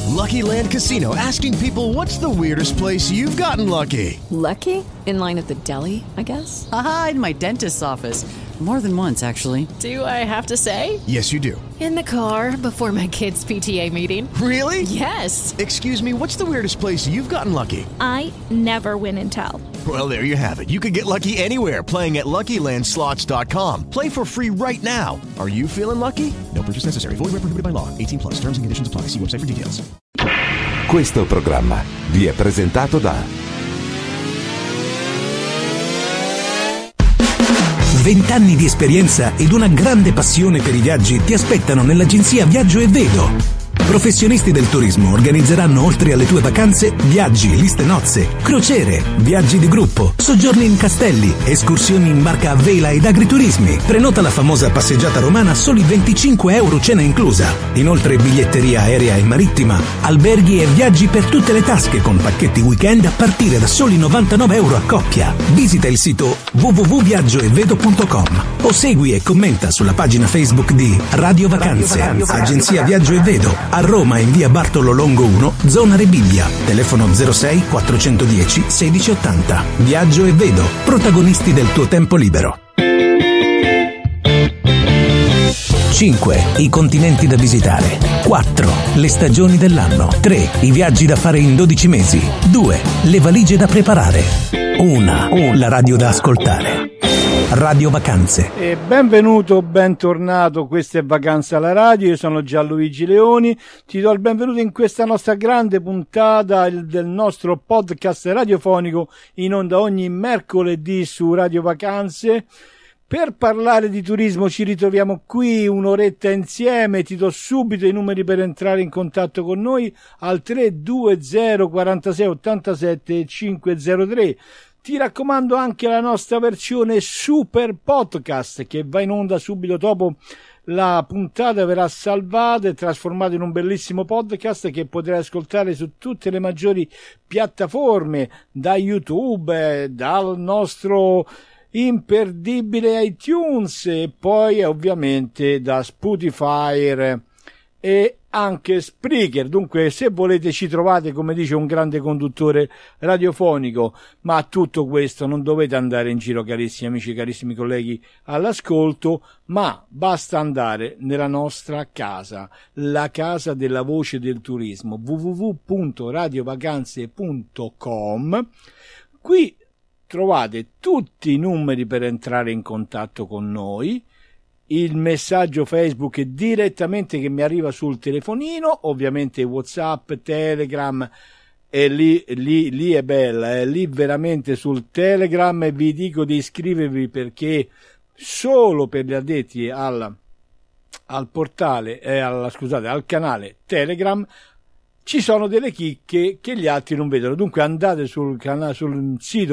Lucky Land Casino, asking people, what's the weirdest place you've gotten lucky? Lucky? In line at the deli, I guess? Aha, in my dentist's office. More than once, actually. Do I have to say? Yes, you do. In the car before my kids' PTA meeting. Really? Yes. Excuse me, what's the weirdest place you've gotten lucky? I never win and tell. Well, there you have it. You can get lucky anywhere, playing at LuckyLandSlots.com. Play for free right now. Are you feeling lucky? No purchase necessary. Void where prohibited by law. 18 plus. Terms and conditions apply. See website for details. Questo programma vi è presentato da 20 anni di esperienza ed una grande passione per i viaggi ti aspettano nell'agenzia Viaggio e Vedo. Professionisti del turismo organizzeranno, oltre alle tue vacanze, viaggi, liste nozze, crociere, viaggi di gruppo, soggiorni in castelli, escursioni in barca a vela ed agriturismi. Prenota la famosa passeggiata romana a soli 25 euro cena inclusa. Inoltre biglietteria aerea e marittima, alberghi e viaggi per tutte le tasche con pacchetti weekend a partire da soli 99 euro a coppia. Visita il sito www.viaggioevedo.com o segui e commenta sulla pagina Facebook di Radio Vacanze, Agenzia Viaggio e Vedo, a Roma in via Bartolo Longo 1, zona Rebibbia, telefono 06 410 1680. Viaggio e Vedo, protagonisti del tuo tempo libero. 5. I continenti da visitare. 4. Le stagioni dell'anno. 3. I viaggi da fare in 12 mesi. 2. Le valigie da preparare. 1. La radio da ascoltare. Radio Vacanze. E benvenuto, bentornato, questa è Vacanze alla Radio, io sono Gianluigi Leoni, ti do il benvenuto in questa nostra grande puntata del nostro podcast radiofonico in onda ogni mercoledì su Radio Vacanze. Per parlare di turismo ci ritroviamo qui un'oretta insieme, ti do subito i numeri per entrare in contatto con noi al 320 46 87 503. Ti raccomando anche la nostra versione super podcast che va in onda subito dopo la puntata, verrà salvata e trasformata in un bellissimo podcast che potrai ascoltare su tutte le maggiori piattaforme, da YouTube, dal nostro imperdibile iTunes e poi ovviamente da Spotify e anche Spreaker. Dunque, se volete ci trovate, come dice un grande conduttore radiofonico. Ma a tutto questo non dovete andare in giro, carissimi amici, carissimi colleghi all'ascolto, ma basta andare nella nostra casa, la casa della voce del turismo, www.radiovacanze.com. Qui trovate tutti i numeri per entrare in contatto con noi, il messaggio Facebook direttamente che mi arriva sul telefonino, ovviamente WhatsApp, Telegram, e lì è bella, lì veramente sul Telegram vi dico di iscrivervi, perché solo per gli addetti al portale, al canale Telegram ci sono delle chicche che gli altri non vedono. Dunque andate sul sito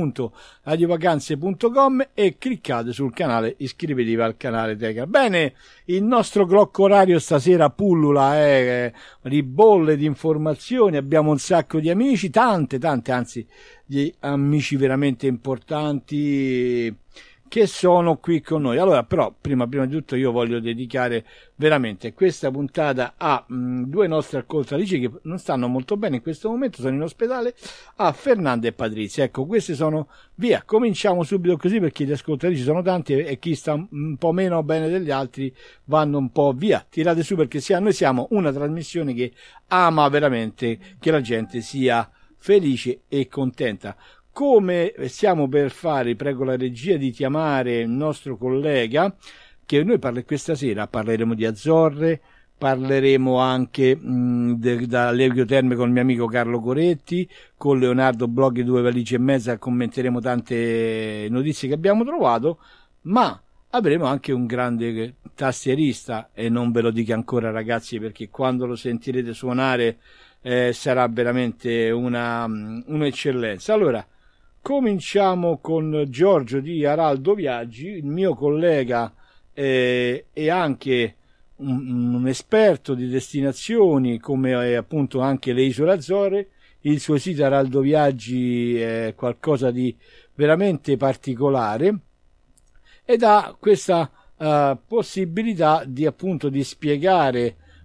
www.radiovacanze.com e cliccate sul canale, iscrivetevi al canale Telegram. Bene, il nostro blocco orario stasera pullula, ribolle di informazioni, abbiamo un sacco di amici, tante, anzi, di amici veramente importanti che sono qui con noi. Allora, però, prima di tutto io voglio dedicare veramente questa puntata a due nostre ascoltatrici che non stanno molto bene in questo momento, sono in ospedale, a Fernanda e Patrizia. Ecco, queste sono, via, cominciamo subito così, perché gli ascoltatrici sono tanti e chi sta un po' meno bene degli altri vanno un po' via. Tirate su, perché noi siamo una trasmissione che ama veramente che la gente sia felice e contenta. Come stiamo per fare, prego la regia di chiamare il nostro collega, che noi questa sera parleremo di Azzorre, parleremo anche dalle Terme con il mio amico Carlo Coretti, con Leonardo blog 2 valigie e mezza, commenteremo tante notizie che abbiamo trovato, ma avremo anche un grande tastierista, e non ve lo dico ancora, ragazzi, perché quando lo sentirete suonare sarà veramente un'eccellenza. Allora, cominciamo con Giorgio di Araldo Viaggi, il mio collega e anche un esperto di destinazioni, come appunto anche le Isole Azzorre. Il suo sito Araldo Viaggi è qualcosa di veramente particolare ed ha questa possibilità di appunto di spiegare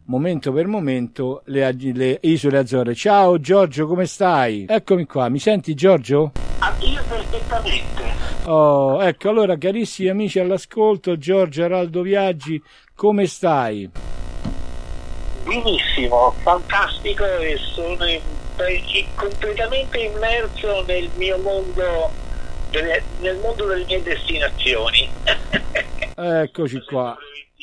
momento per momento le isole Azzorre. Ciao Giorgio, come stai? Eccomi qua, mi senti Giorgio? Io perfettamente. Oh, ecco, allora carissimi amici all'ascolto, Giorgio Araldo Viaggi, come stai? Benissimo, fantastico, e sono completamente immerso nel mio mondo, nel mondo delle mie destinazioni. Eccoci qua.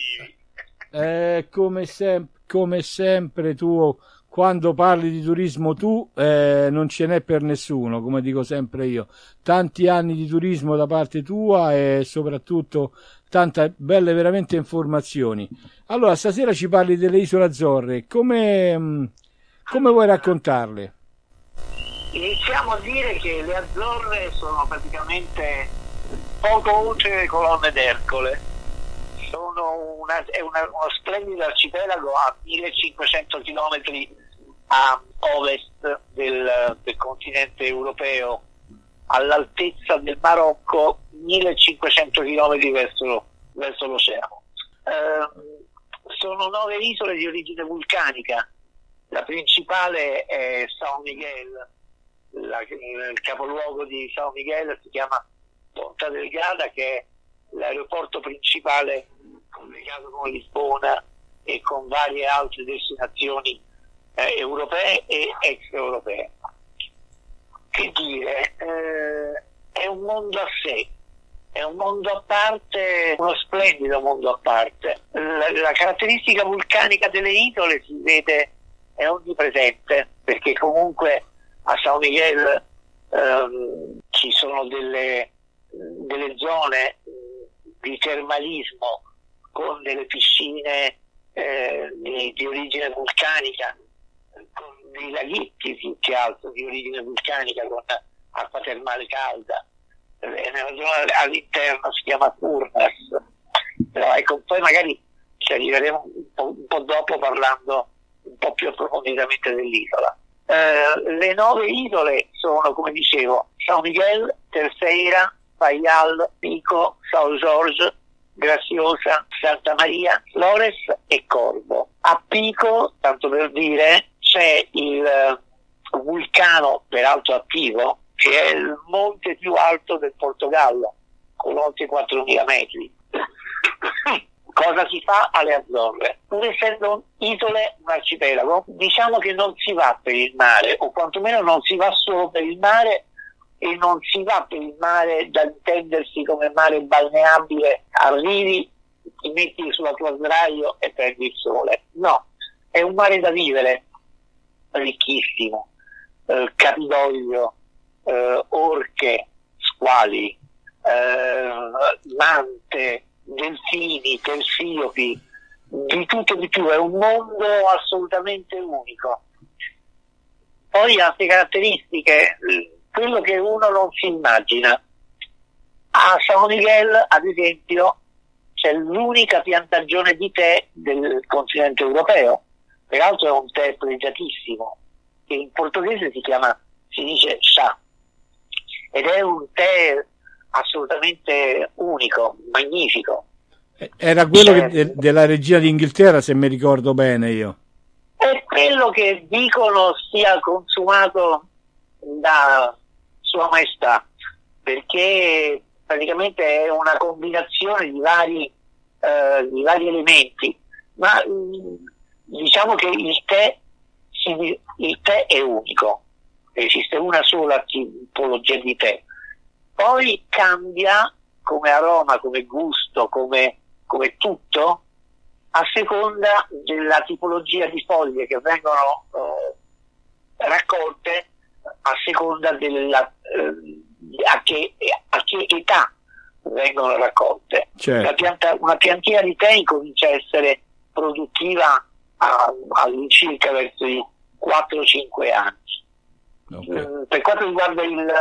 Come sempre tu, quando parli di turismo non ce n'è per nessuno, come dico sempre io. Tanti anni di turismo da parte tua e soprattutto tante belle veramente informazioni. Allora, stasera ci parli delle isole Azzorre, come vuoi raccontarle? Iniziamo a dire che le Azzorre sono praticamente poco oltre le colonne d'Ercole. È uno splendido arcipelago a 1500 km a ovest del continente europeo, all'altezza del Marocco, 1500 km verso l'oceano. Sono 9 isole di origine vulcanica. La principale è São Miguel, il capoluogo di São Miguel si chiama Ponta Delgada, che è l'aeroporto principale collegato con Lisbona e con varie altre destinazioni europee e extraeuropee. Che dire, è un mondo a sé, è un mondo a parte, uno splendido mondo a parte. La caratteristica vulcanica delle isole si vede, è onnipresente, perché comunque a São Miguel ci sono delle zone di termalismo con delle piscine di origine vulcanica, con dei laghetti più che altro di origine vulcanica con acqua termale calda. Nella zona all'interno si chiama Furnas, però ecco, poi magari ci arriveremo un po' dopo parlando un po' più approfonditamente dell'isola. Le 9 isole sono, come dicevo, São Miguel, Terceira, Faial, Pico, São Jorge, Graciosa, Santa Maria, Flores e Corvo. A Pico, tanto per dire, c'è il vulcano, peraltro attivo, che è il monte più alto del Portogallo, con oltre 4.000 metri. Cosa si fa alle Azzorre? Pur essendo isole, un arcipelago, diciamo che non si va per il mare, o quantomeno non si va solo per il mare, e non si va per il mare da intendersi come mare balneabile, arrivi, ti metti sulla tua sdraio e prendi il sole. No, è un mare da vivere, ricchissimo, capidoglio, orche, squali, mante, delfini, tersiopi, di tutto di più. È un mondo assolutamente unico. Poi ha queste caratteristiche, quello che uno non si immagina. A São Miguel, ad esempio, c'è l'unica piantagione di tè del continente europeo. Peraltro è un tè pregiatissimo, che in portoghese si dice chá, ed è un tè assolutamente unico, magnifico. Era quello della regina d'Inghilterra, se mi ricordo bene io. È quello che dicono sia consumato da Sua Maestà, perché praticamente è una combinazione di vari elementi, ma diciamo che il tè è unico, esiste una sola tipologia di tè. Poi cambia come aroma, come gusto, come tutto, a seconda della tipologia di foglie che vengono raccolte, a seconda a che età vengono raccolte. Certo. Una piantina di tè comincia a essere produttiva all'incirca verso i 4-5 anni. Okay. Per quanto riguarda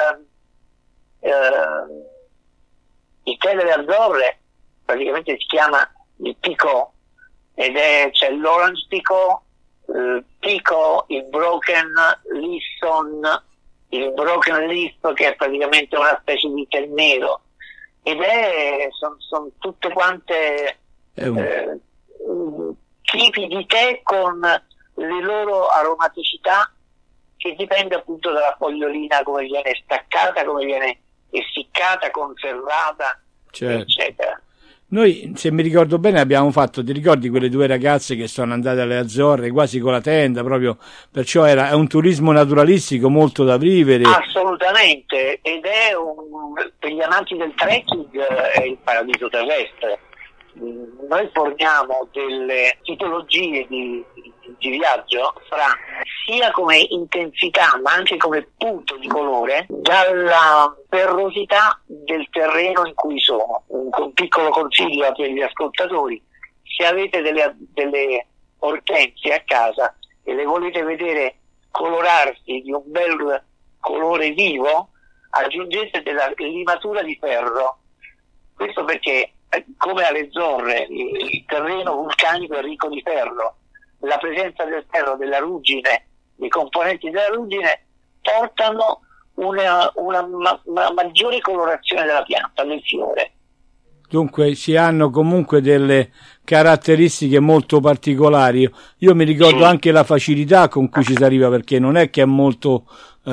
il tè delle Azzorre, praticamente si chiama il Picot, ed c'è l'Orange Picot, Picot, il Broken Lisson, il Broken Lisp, che è praticamente una specie di tè nero, ed sono tutte quante tipi di tè con le loro aromaticità, che dipende appunto dalla fogliolina, come viene staccata, come viene essiccata, conservata, eccetera. Noi, se mi ricordo bene, abbiamo fatto, ti ricordi quelle 2 ragazze che sono andate alle Azzorre quasi con la tenda, proprio, perciò è un turismo naturalistico molto da vivere. Assolutamente, ed è per gli amanti del trekking è il paradiso terrestre. Noi forniamo delle tipologie di viaggio sia come intensità ma anche come punto di colore dalla ferrosità del terreno in cui sono. Un piccolo consiglio per gli ascoltatori: se avete delle ortensie a casa e le volete vedere colorarsi di un bel colore vivo, aggiungete della limatura di ferro. Questo perché, come alle Zorre, il terreno vulcanico è ricco di ferro. La presenza del ferro, della ruggine, dei componenti della ruggine portano una maggiore colorazione della pianta, del fiore. Dunque si hanno comunque delle caratteristiche molto particolari. Io mi ricordo anche la facilità con cui ci si arriva, perché non è che è molto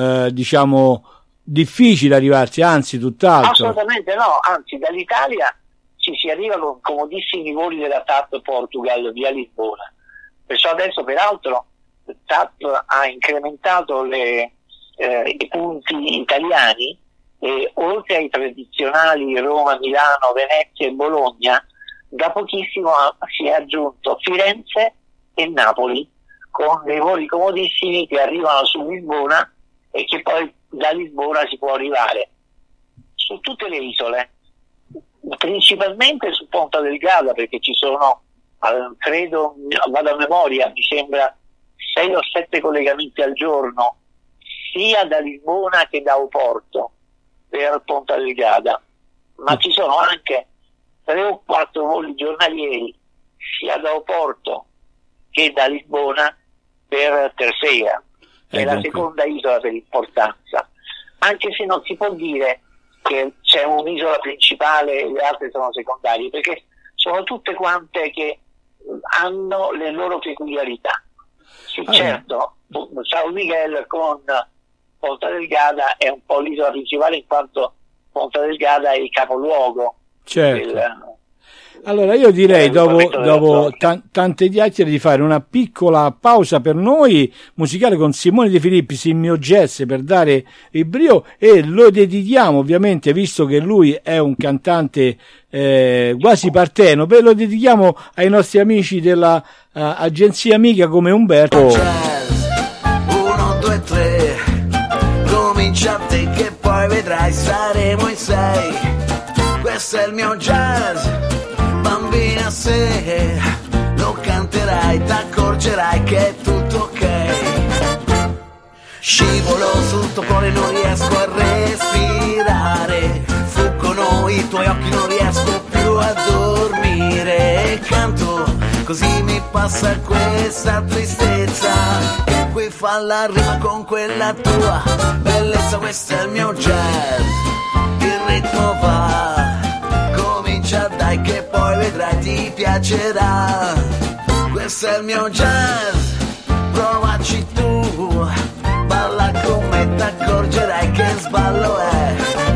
difficile arrivarsi, anzi tutt'altro. Assolutamente no, anzi dall'Italia ci si arriva con comodissimi voli della TAP Portugal via Lisbona. Perciò adesso peraltro TAP ha incrementato i punti italiani, e oltre ai tradizionali Roma, Milano, Venezia e Bologna, da pochissimo si è aggiunto Firenze e Napoli, con dei voli comodissimi che arrivano su Lisbona e che poi da Lisbona si può arrivare su tutte le isole, principalmente su Ponta Delgada, perché ci sono, credo, vado a memoria, mi sembra 6 o 7 collegamenti al giorno, sia da Lisbona che da Oporto per Ponta Delgada, ma ci sono anche 3 o 4 voli giornalieri sia da Oporto che da Lisbona per Terceira, che è la seconda isola per importanza, anche se non si può dire che c'è un'isola principale e le altre sono secondarie, perché sono tutte quante che hanno le loro peculiarità. Sì, certo, San Miguel con Ponta Delgada è un po' l'isola principale, in quanto Ponta Delgada è il capoluogo. Certo. Allora io direi, dopo tante chiacchiere, di fare una piccola pausa per noi musicale con Simone De Filippis, il mio jazz, per dare il brio, e lo dedichiamo ovviamente, visto che lui è un cantante quasi partenope, lo dedichiamo ai nostri amici della agenzia Amica, come Umberto. Jazz, 1, 2, 3, comincia te che poi vedrai, saremo in 6, questo è il mio jazz. Bambina, se lo canterai t'accorgerai che è tutto ok. Scivolo sul tuo cuore, non riesco a respirare, fuggono i tuoi occhi, non riesco più a dormire. E canto, così mi passa questa tristezza, e qui fa la rima con quella tua bellezza. Questo è il mio jazz, il ritmo va, dai che poi vedrai ti piacerà. Questo è il mio jazz, provaci tu, balla con me t'accorgerai che sballo è.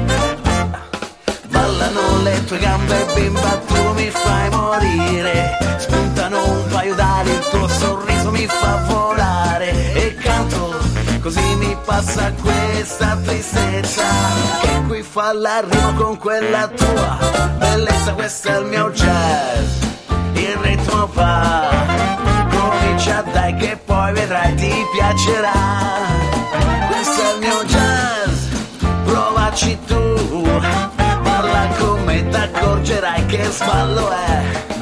Ballano le tue gambe bimba, tu mi fai morire, spuntano un paio d'ali, il tuo sorriso mi fa volare. E canto, così mi passa questa tristezza, che qui fa la rima con quella tua bellezza. Questo è il mio jazz, il ritmo va, comincia dai che poi vedrai ti piacerà. Questo è il mio jazz, provaci tu, parla con me t'accorgerai che sballo è.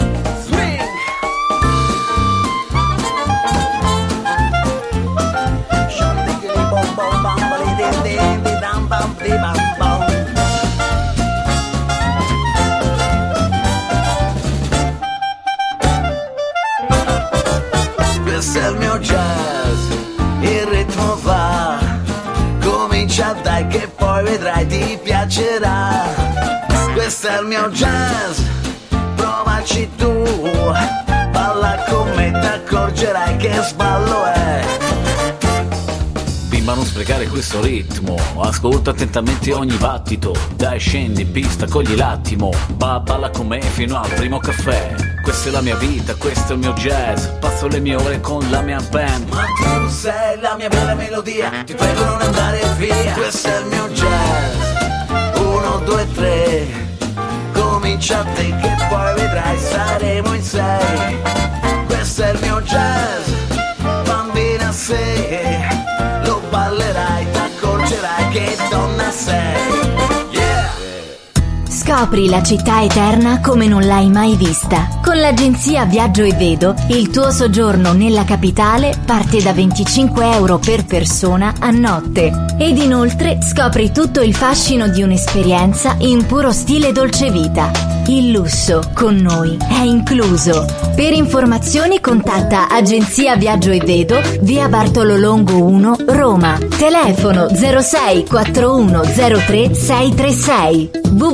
Questo è il mio jazz, il ritmo va, comincia dai che poi vedrai ti piacerà. Questo è il mio jazz, provaci tu, balla con con me t'accorgerai che sballo è. Bimba, non sprecare questo ritmo, ascolta attentamente ogni battito. Dai, scendi in pista, cogli l'attimo, balla con me fino al primo caffè. Questa è la mia vita, questo è il mio jazz, passo le mie ore con la mia band. Ma tu sei la mia bella melodia, ti prego non andare via. Questo è il mio jazz, 1, 2, 3, comincia a te che poi vedrai saremo in 6. Questo è il mio jazz, bambina sei, lo ballerai, t'accorgerai che donna sei. Scopri la città eterna come non l'hai mai vista. Con l'agenzia Viaggio e Vedo, il tuo soggiorno nella capitale parte da 25 euro per persona a notte. Ed inoltre scopri tutto il fascino di un'esperienza in puro stile dolce vita. Il lusso con noi è incluso. Per informazioni contatta Agenzia Viaggio e Vedo, via Bartolo Longo 1, Roma. Telefono 06 41 03 636.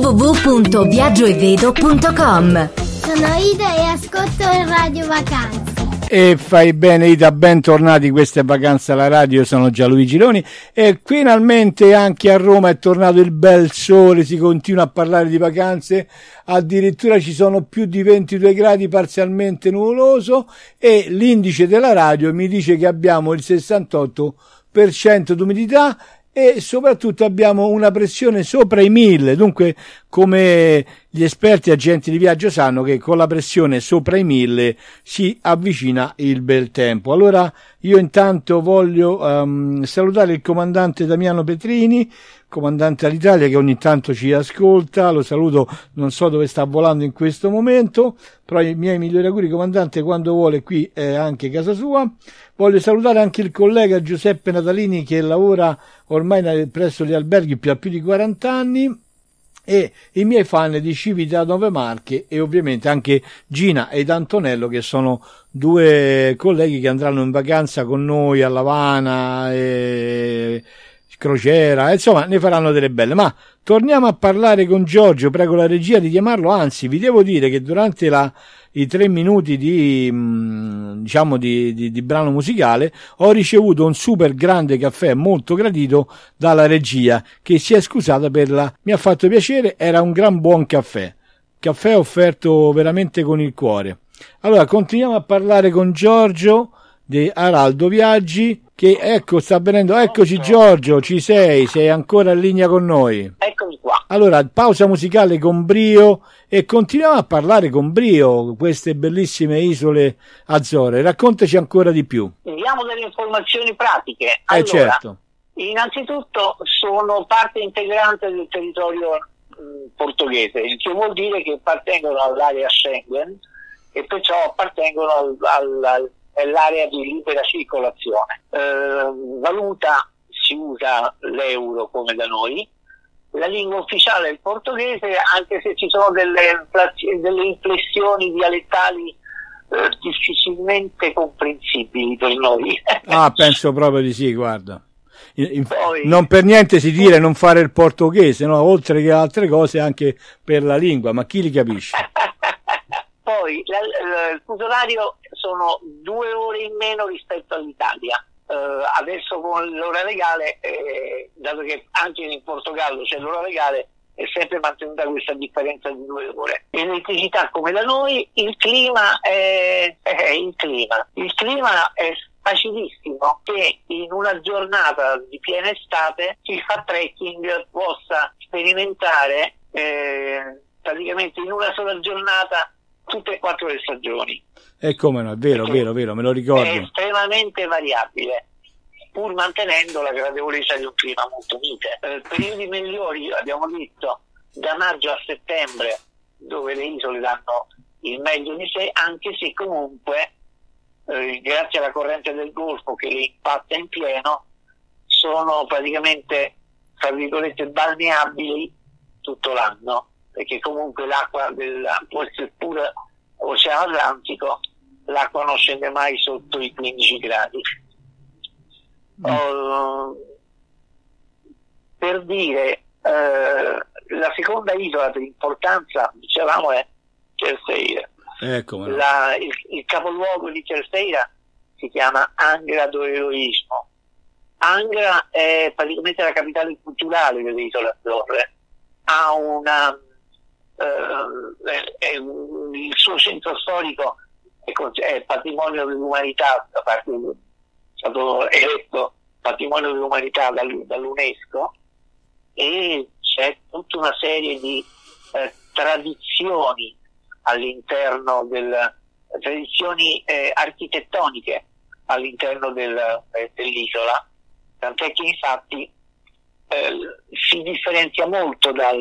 www.viaggioevedo.com. Sono Ida e ascolto il Radio Vacanze. E fai bene Ida, bentornati, questa è Vacanza alla Radio, io sono Gianluigi Gironi e finalmente anche a Roma è tornato il bel sole, si continua a parlare di vacanze, addirittura ci sono più di 22 gradi parzialmente nuvoloso e l'indice della radio mi dice che abbiamo il 68% d'umidità e soprattutto abbiamo una pressione sopra i 1000, dunque come gli esperti agenti di viaggio sanno che con la pressione sopra i 1000 si avvicina il bel tempo. Allora io intanto voglio salutare il comandante Damiano Petrini, comandante all'Italia, che ogni tanto ci ascolta, lo saluto, non so dove sta volando in questo momento, però i miei migliori auguri comandante, quando vuole qui è anche casa sua. Voglio salutare anche il collega Giuseppe Natalini che lavora ormai presso gli alberghi da più di 40 anni e i miei fan di Civita 9 Marche e ovviamente anche Gina ed Antonello che sono due colleghi che andranno in vacanza con noi a Lavana e crociera, insomma ne faranno delle belle. Ma torniamo a parlare con Giorgio, prego la regia di chiamarlo, anzi vi devo dire che durante i 3 minuti di brano musicale ho ricevuto un super grande caffè molto gradito dalla regia che si è scusata mi ha fatto piacere, era un gran buon caffè offerto veramente con il cuore. Allora continuiamo a parlare con Giorgio di Araldo Viaggi che ecco sta venendo. Eccoci Giorgio, ci sei ancora in linea con noi? Eccomi qua. Allora pausa musicale con brio e continuiamo a parlare con brio queste bellissime isole Azzorre, raccontaci ancora di più. Diamo delle informazioni pratiche. Allora, certo. Innanzitutto sono parte integrante del territorio portoghese, il che vuol dire che appartengono all'area Schengen e perciò appartengono all'area di libera circolazione. Valuta si usa l'euro come da noi, la lingua ufficiale è il portoghese, anche se ci sono delle inflessioni dialettali difficilmente comprensibili per noi. Penso proprio di sì, guarda. Poi, non per niente si dire non fare il portoghese, no? Oltre che altre cose anche per la lingua, ma chi li capisce? Poi il fuso orario sono 2 ore in meno rispetto all'Italia. Adesso con l'ora legale, dato che anche in Portogallo c'è l'ora legale, è sempre mantenuta questa differenza di 2 ore. Elettricità come da noi, il clima è facilissimo che in una giornata di piena estate chi fa trekking possa sperimentare praticamente in una sola giornata tutte e 4 le stagioni. E come no, è vero, me lo ricordo. È estremamente variabile, pur mantenendo la gradevolezza di un clima molto mite. Periodi migliori, abbiamo detto, da maggio a settembre, dove le isole danno il meglio di sé, anche se comunque, grazie alla corrente del Golfo che le impatta in pieno, sono praticamente, tra virgolette, balneabili tutto l'anno, perché comunque l'acqua può essere pure Oceano Atlantico, l'acqua non scende mai sotto i 15 gradi. Per dire, la seconda isola per importanza, dicevamo, è Terceira. Ecco, il capoluogo di Terceira si chiama Angra do Heroismo. Angra è praticamente la capitale culturale delle Isole Azzorre, ha il suo centro storico è patrimonio dell'umanità, è stato eletto patrimonio dell'umanità dall'UNESCO, e c'è tutta una serie di tradizioni all'interno tradizioni architettoniche all'interno dell'isola, tant'è che infatti si differenzia molto da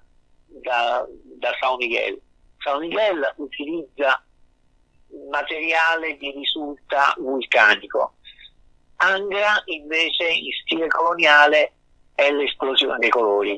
São Miguel. São Miguel utilizza materiale di risulta vulcanico. Angra invece in stile coloniale è l'esplosione dei colori.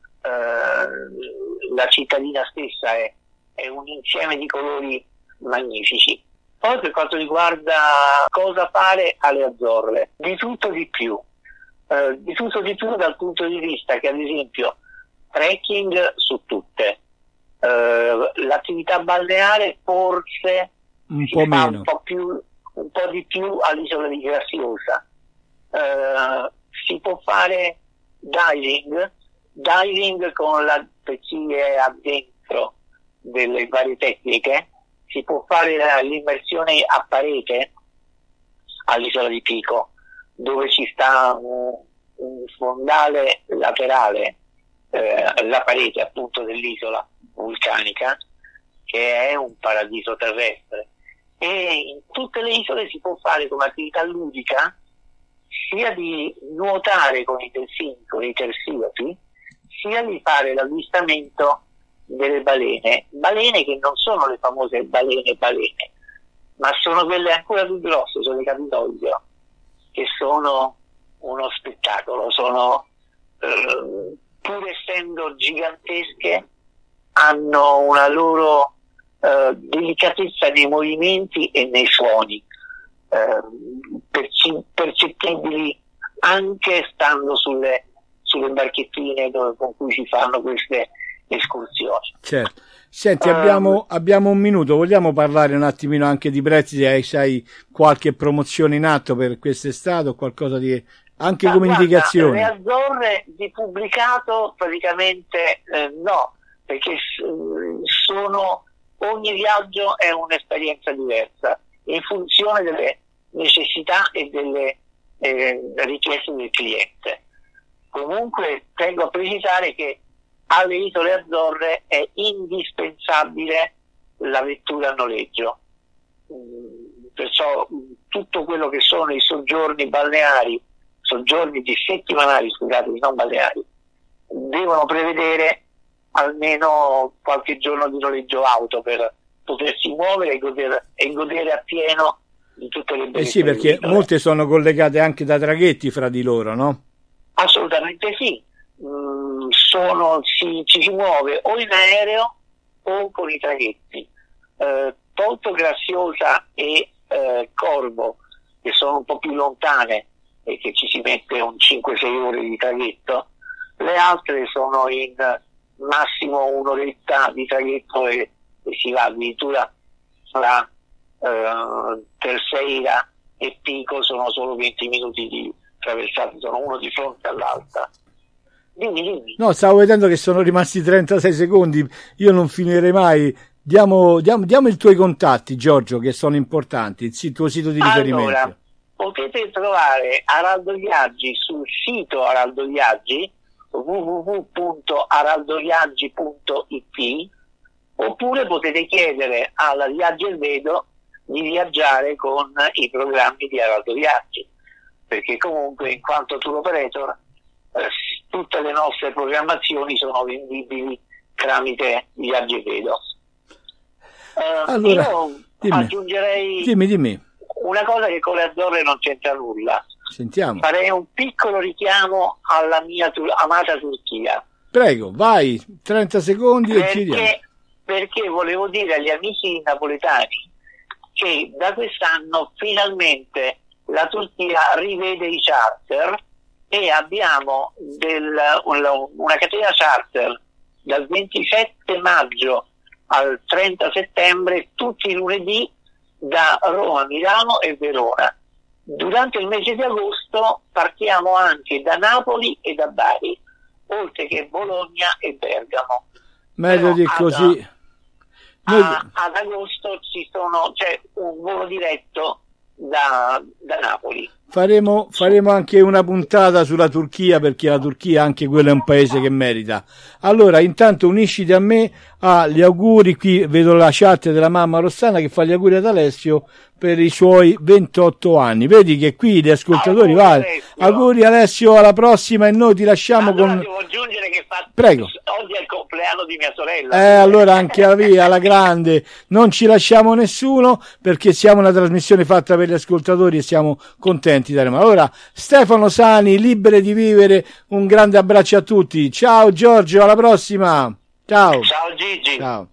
La cittadina stessa è un insieme di colori magnifici. Poi per quanto riguarda cosa fare alle Azzorre, di tutto di più dal punto di vista che ad esempio trekking su tutte, l'attività balneare forse un po' meno, un po' di più all'isola di Graciosa, si può fare diving con per chi è addentro delle varie tecniche, si può fare l'immersione a parete all'isola di Pico, dove ci sta un fondale laterale, la parete appunto dell'isola vulcanica, che è un paradiso terrestre, e in tutte le isole si può fare come attività ludica sia di nuotare con i delfini, con i tersiopi, sia di fare l'avvistamento delle balene che non sono le famose balene, ma sono quelle ancora più grosse, sono le Capitoglio, che sono uno spettacolo, pur essendo gigantesche, hanno una loro delicatezza nei movimenti e nei suoni, percettibili anche stando sulle barchettine con cui si fanno queste escursioni. Certo. Senti, abbiamo un minuto, vogliamo parlare un attimino anche di prezzi? Hai qualche promozione in atto per quest'estate o qualcosa di anche come indicazione? Le Azzorre di pubblicato praticamente no, perché ogni viaggio è un'esperienza diversa in funzione delle necessità e delle richieste del cliente. Comunque tengo a precisare che alle Isole Azzorre è indispensabile la vettura a noleggio, perciò tutto quello che sono i soggiorni settimanari, non balneari, devono prevedere almeno qualche giorno di noleggio auto per potersi muovere e godere appieno di tutte le bellezze. Sì, perché molte sono collegate anche da traghetti fra di loro, no? Assolutamente sì. Ci si muove o in aereo o con i traghetti. Porto Graziosa e Corvo, che sono un po' più lontane e che ci si mette un 5-6 ore di traghetto, le altre sono in massimo un'oretta di traghetto e si va addirittura tra Terceira e Pico, sono solo 20 minuti di traversata, sono uno di fronte all'altra. Dimmi. No, stavo vedendo che sono rimasti 36 secondi, io non finirei mai. Diamo i tuoi contatti, Giorgio, che sono importanti, il tuo sito di riferimento. Allora, potete trovare Araldo Viaggi sul sito Araldo Viaggi, www.araldoviaggi.it, oppure potete chiedere alla Viaggi e Vedo di viaggiare con i programmi di Araldo Viaggi, perché comunque in quanto tour operator tutte le nostre programmazioni sono vendibili tramite Viaggi e Vedo. Allora, io aggiungerei dimmi una cosa che con le Azzorre non c'entra nulla. Sentiamo. Farei un piccolo richiamo alla mia amata Turchia. Prego, vai, 30 secondi e chiudiamo. Perché volevo dire agli amici napoletani che da quest'anno finalmente la Turchia rivede i charter e abbiamo una catena charter dal 27 maggio al 30 settembre, tutti i lunedì, da Roma, Milano e Verona. Durante il mese di agosto partiamo anche da Napoli e da Bari, oltre che Bologna e Bergamo. Meglio di così. Ad agosto c'è un volo diretto da Napoli. Faremo anche una puntata sulla Turchia, perché la Turchia anche quello è un paese che merita. Allora, intanto unisciti a me agli auguri. Qui vedo la chat della mamma Rossana che fa gli auguri ad Alessio per i suoi 28 anni. Vedi che qui gli ascoltatori auguri Alessio, alla prossima, e noi ti lasciamo con... Devo aggiungere che Prego. Oggi è il compleanno di mia sorella. Allora anche alla grande, non ci lasciamo nessuno, perché siamo una trasmissione fatta per gli ascoltatori e siamo contenti. Allora, Stefano Sani, Libere di Vivere, un grande abbraccio a tutti. Ciao Giorgio, alla prossima. Ciao. Ciao Gigi. Ciao.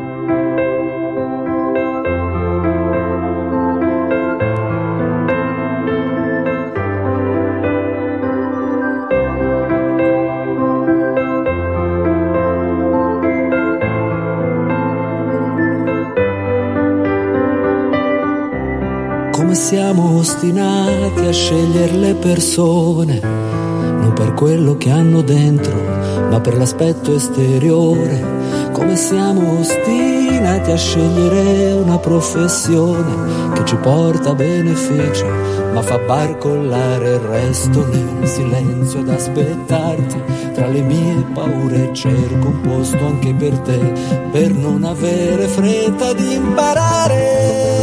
Come siamo ostinati a scegliere le persone, non per quello che hanno dentro, ma per l'aspetto esteriore. Come siamo ostinati a scegliere una professione che ci porta beneficio, ma fa barcollare il resto nel silenzio ad aspettarti. Tra le mie paure cerco un posto anche per te, per non avere fretta di imparare.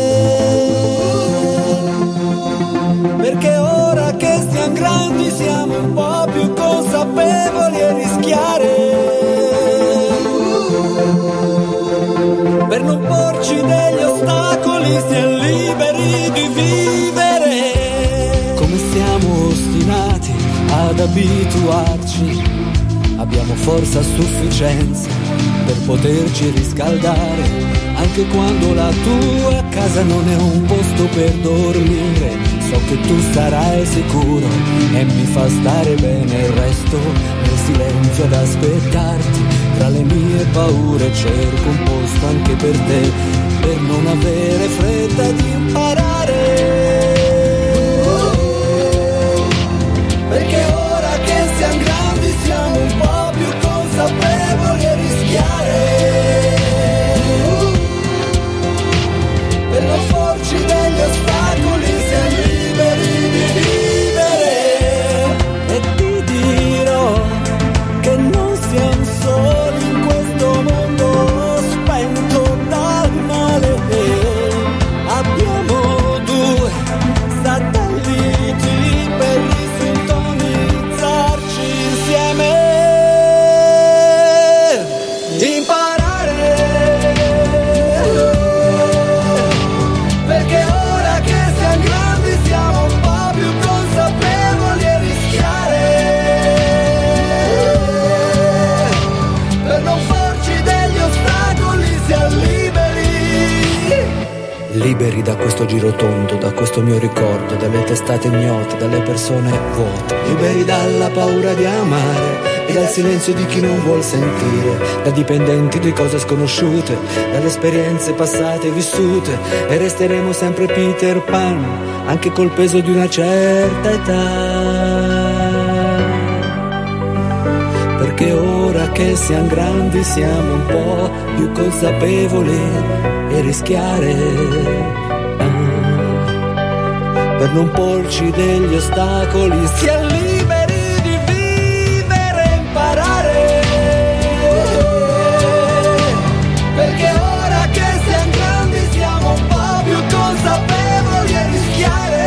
Perché ora che siamo grandi siamo un po' più consapevoli e rischiare, per non porci degli ostacoli siamo liberi di vivere. Come siamo ostinati ad abituarci, abbiamo forse a sufficienza per poterci riscaldare, anche quando la tua casa non è un posto per dormire. So che tu sarai sicuro e mi fa stare bene il resto nel silenzio ad aspettarti. Tra le mie paure cerco un posto anche per te, per non avere fretta di imparare. Perché ora che siamo grandi siamo un po' più consapevoli e rischiare, per non porci degli ostacoli siamo liberi di vivere. E ti dirò che non siamo soli in questo mondo spento dal male. Abbiamo due satelliti per risintonizzarci insieme. Imparare, perché ora che siamo grandi siamo un po' più consapevoli e rischiare, per non porci degli ostacoli siamo liberi da questo giro tondo, da questo mio ricordo, dalle testate ignote, dalle persone vuote, liberi dalla paura di amare e dal silenzio di chi non vuol sentire, da dipendenti di cose sconosciute, dalle esperienze passate e vissute, e resteremo sempre Peter Pan, anche col peso di una certa età. Perché ora che siamo grandi siamo un po' più consapevoli e rischiare, per non porci degli ostacoli siamo liberi di vivere e imparare. Perché ora che siamo grandi siamo un po' più consapevoli e rischiare,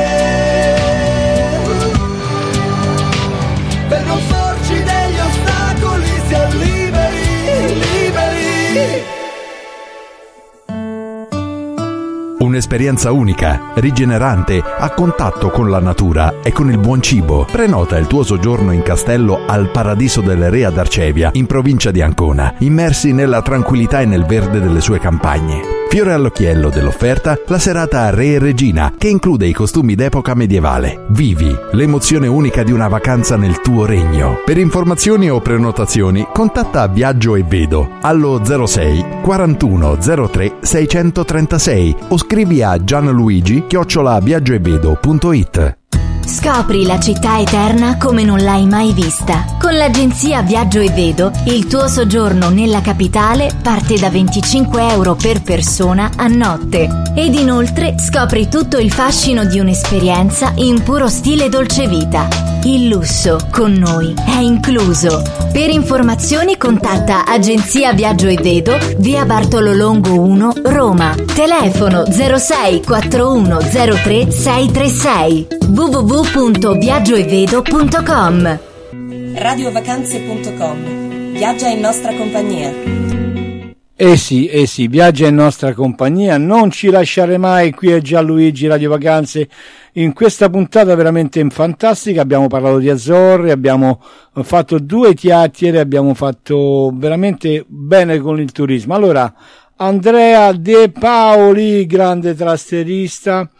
per non porci degli ostacoli siamo liberi. un'esperienza unica, rigenerante, a contatto con la natura e con il buon cibo. Prenota il tuo soggiorno in castello al Paradiso delle Re ad Arcevia, in provincia di Ancona, immersi nella tranquillità e nel verde delle sue campagne. Fiore all'occhiello dell'offerta, la serata Re e Regina, che include i costumi d'epoca medievale. Vivi l'emozione unica di una vacanza nel tuo regno. Per informazioni o prenotazioni, contatta Viaggio e Vedo allo 06 41 03 636 o scrivi a gianluigi@viaggioevedo.it. Scopri la città eterna come non l'hai mai vista. Con l'agenzia Viaggio e Vedo, il tuo soggiorno nella capitale parte da 25 euro per persona a notte. Ed inoltre scopri tutto il fascino di un'esperienza in puro stile dolcevita. Il lusso con noi è incluso. Per informazioni contatta Agenzia Viaggio e Vedo, via Bartolo Longo 1, Roma. Telefono 06 41 03 636. www.viaggioevedo.com. Radiovacanze.com. Viaggia in nostra compagnia. Eh sì, viaggia in nostra compagnia, non ci lasciare mai. Qui è Gianluigi, Radio Vacanze. In questa puntata veramente fantastica abbiamo parlato di Azzorre, abbiamo fatto 2 chiacchiere, abbiamo fatto veramente bene con il turismo. Allora, Andrea De Paoli, grande trasferista,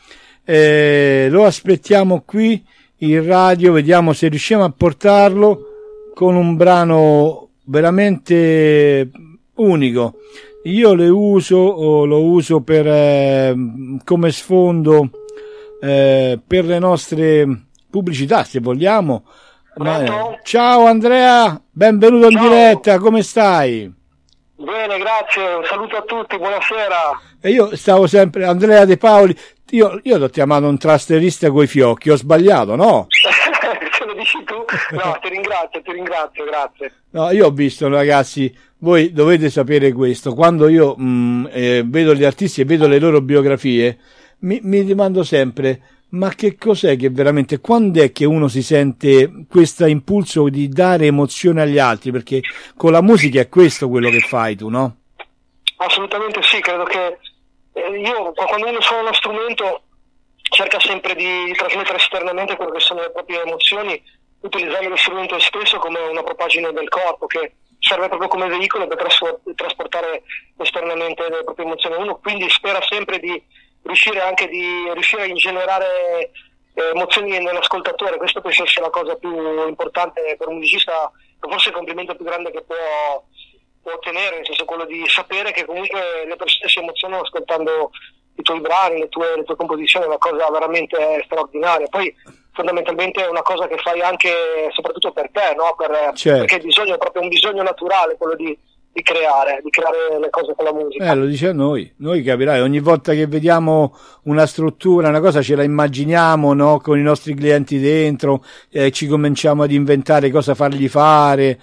lo aspettiamo qui in radio, vediamo se riusciamo a portarlo con un brano veramente unico. Io lo uso per come sfondo per le nostre pubblicità, se vogliamo. Ciao Andrea, benvenuto in diretta, come stai? Bene, grazie, un saluto a tutti, buonasera. E io stavo sempre, Andrea De Paoli, io l'ho chiamato un trasferista coi fiocchi, ho sbagliato, no? Se lo dici tu, no, ti ringrazio, grazie. No, io ho visto, ragazzi, voi dovete sapere questo, quando io vedo gli artisti e vedo le loro biografie, mi domando sempre, ma che cos'è che veramente, quando è che uno si sente questo impulso di dare emozione agli altri? Perché con la musica è questo quello che fai tu, no? Assolutamente sì, credo che io, quando uno suona uno strumento, cerca sempre di trasmettere esternamente quello che sono le proprie emozioni, utilizzando lo strumento stesso come una propagine del corpo, che serve proprio come veicolo per trasportare esternamente le proprie emozioni. Uno quindi spera sempre di riuscire a ingenerare emozioni nell'ascoltatore. Questo penso sia la cosa più importante per un musicista, forse il complimento più grande che può ottenere, nel senso quello di sapere che comunque le persone si emozionano ascoltando i tuoi brani, le tue composizioni. È una cosa veramente straordinaria. Poi fondamentalmente è una cosa che fai anche soprattutto per te, no? Certo. Perché è proprio un bisogno naturale quello di creare le cose con la musica. Lo dice a noi capirai, ogni volta che vediamo una struttura, una cosa ce la immaginiamo, no? Con i nostri clienti dentro, ci cominciamo ad inventare cosa fargli fare,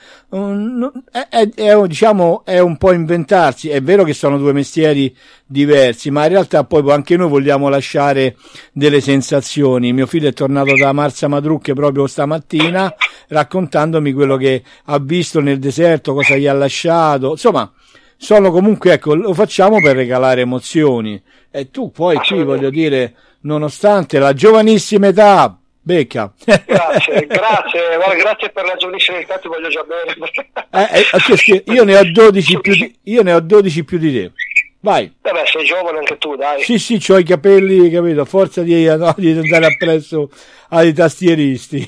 diciamo è un po' inventarsi. È vero che sono 2 mestieri diversi, ma in realtà poi anche noi vogliamo lasciare delle sensazioni. Mio figlio è tornato da Marsa Madrucche proprio stamattina raccontandomi quello che ha visto nel deserto, cosa gli ha lasciato. Insomma, sono comunque, ecco, lo facciamo per regalare emozioni. E tu poi qui, voglio dire, nonostante la giovanissima età, becca. Grazie, guarda, grazie per la giovanissima età, ti voglio già bene. Io ne ho 12 più di te. Vai. Vabbè, sei giovane anche tu, dai. Sì, c'ho i capelli, capito, a forza di andare appresso ai tastieristi.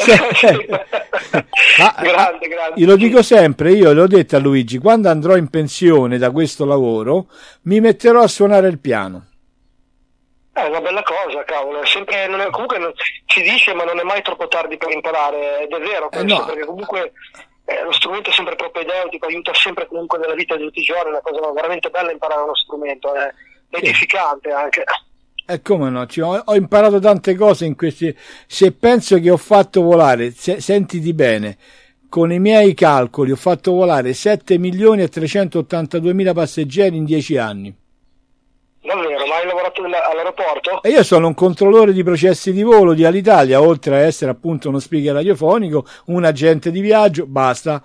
Grande. Io lo dico sempre, io l'ho detto a Luigi, quando andrò in pensione da questo lavoro, mi metterò a suonare il piano. È una bella cosa, cavolo. Comunque si dice, ma non è mai troppo tardi per imparare, ed è vero, penso, perché comunque lo strumento è sempre propedeutico, aiuta sempre comunque nella vita di tutti i giorni. È una cosa veramente bella imparare uno strumento, è edificante anche. Come no, ho imparato tante cose in questi. Se penso che ho fatto volare, sentiti bene, con i miei calcoli ho fatto volare 7.382.000 passeggeri in 10 anni. Davvero? Ma hai lavorato all'aeroporto? E io sono un controllore di processi di volo di Alitalia, oltre a essere appunto uno speaker radiofonico, un agente di viaggio, basta.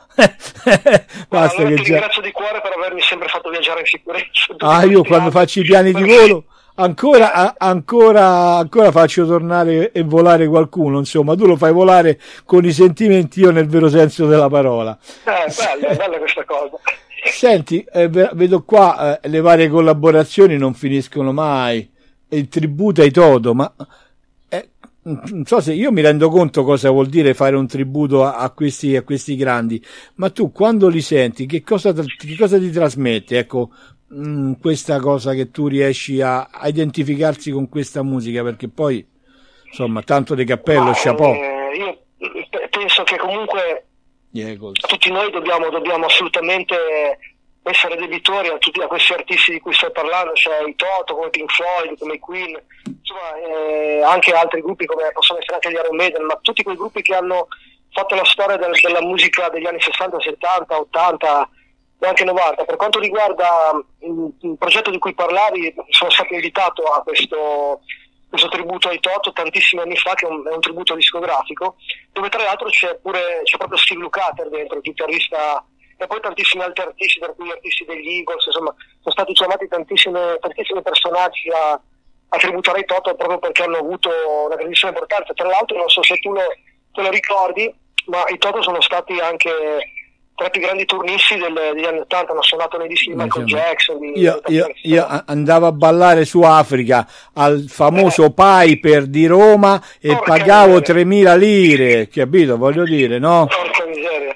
Allora ti ringrazio di cuore per avermi sempre fatto viaggiare in sicurezza. Io quando faccio i piani di volo, ancora faccio tornare e volare qualcuno, insomma, tu lo fai volare con i sentimenti, io nel vero senso della parola. Bella questa cosa. Senti, vedo qua le varie collaborazioni non finiscono mai, il tributo ai Toto, ma non so se io mi rendo conto cosa vuol dire fare un tributo a questi grandi, ma tu quando li senti che cosa ti trasmette, ecco, questa cosa che tu riesci a identificarsi con questa musica, perché poi insomma tanto di cappello, chapeau. Io penso che comunque tutti noi dobbiamo assolutamente essere debitori a questi artisti di cui stai parlando, cioè i Toto, come Pink Floyd, come i Queen, insomma anche altri gruppi come possono essere anche gli Iron Maiden, ma tutti quei gruppi che hanno fatto la storia della musica degli anni 60, 70, 80 e anche 90. Per quanto riguarda il progetto di cui parlavi, sono stato invitato a questo tributo ai Toto tantissimi anni fa, che è un tributo discografico, dove tra l'altro c'è proprio Steve Lukather dentro, il chitarrista, e poi tantissimi altri artisti, tra cui gli artisti degli Eagles, insomma sono stati chiamati tantissimi personaggi a tributare ai Toto proprio perché hanno avuto una grandissima importanza. Tra l'altro non so se tu te lo ricordi, ma i Toto sono stati anche tra i più grandi turnisti degli anni 80, hanno suonato nei dischi di Michael Jackson. Io andavo a ballare su Africa al famoso Piper di Roma e pagavo 3.000 lire, capito? Voglio dire, no? Porca miseria,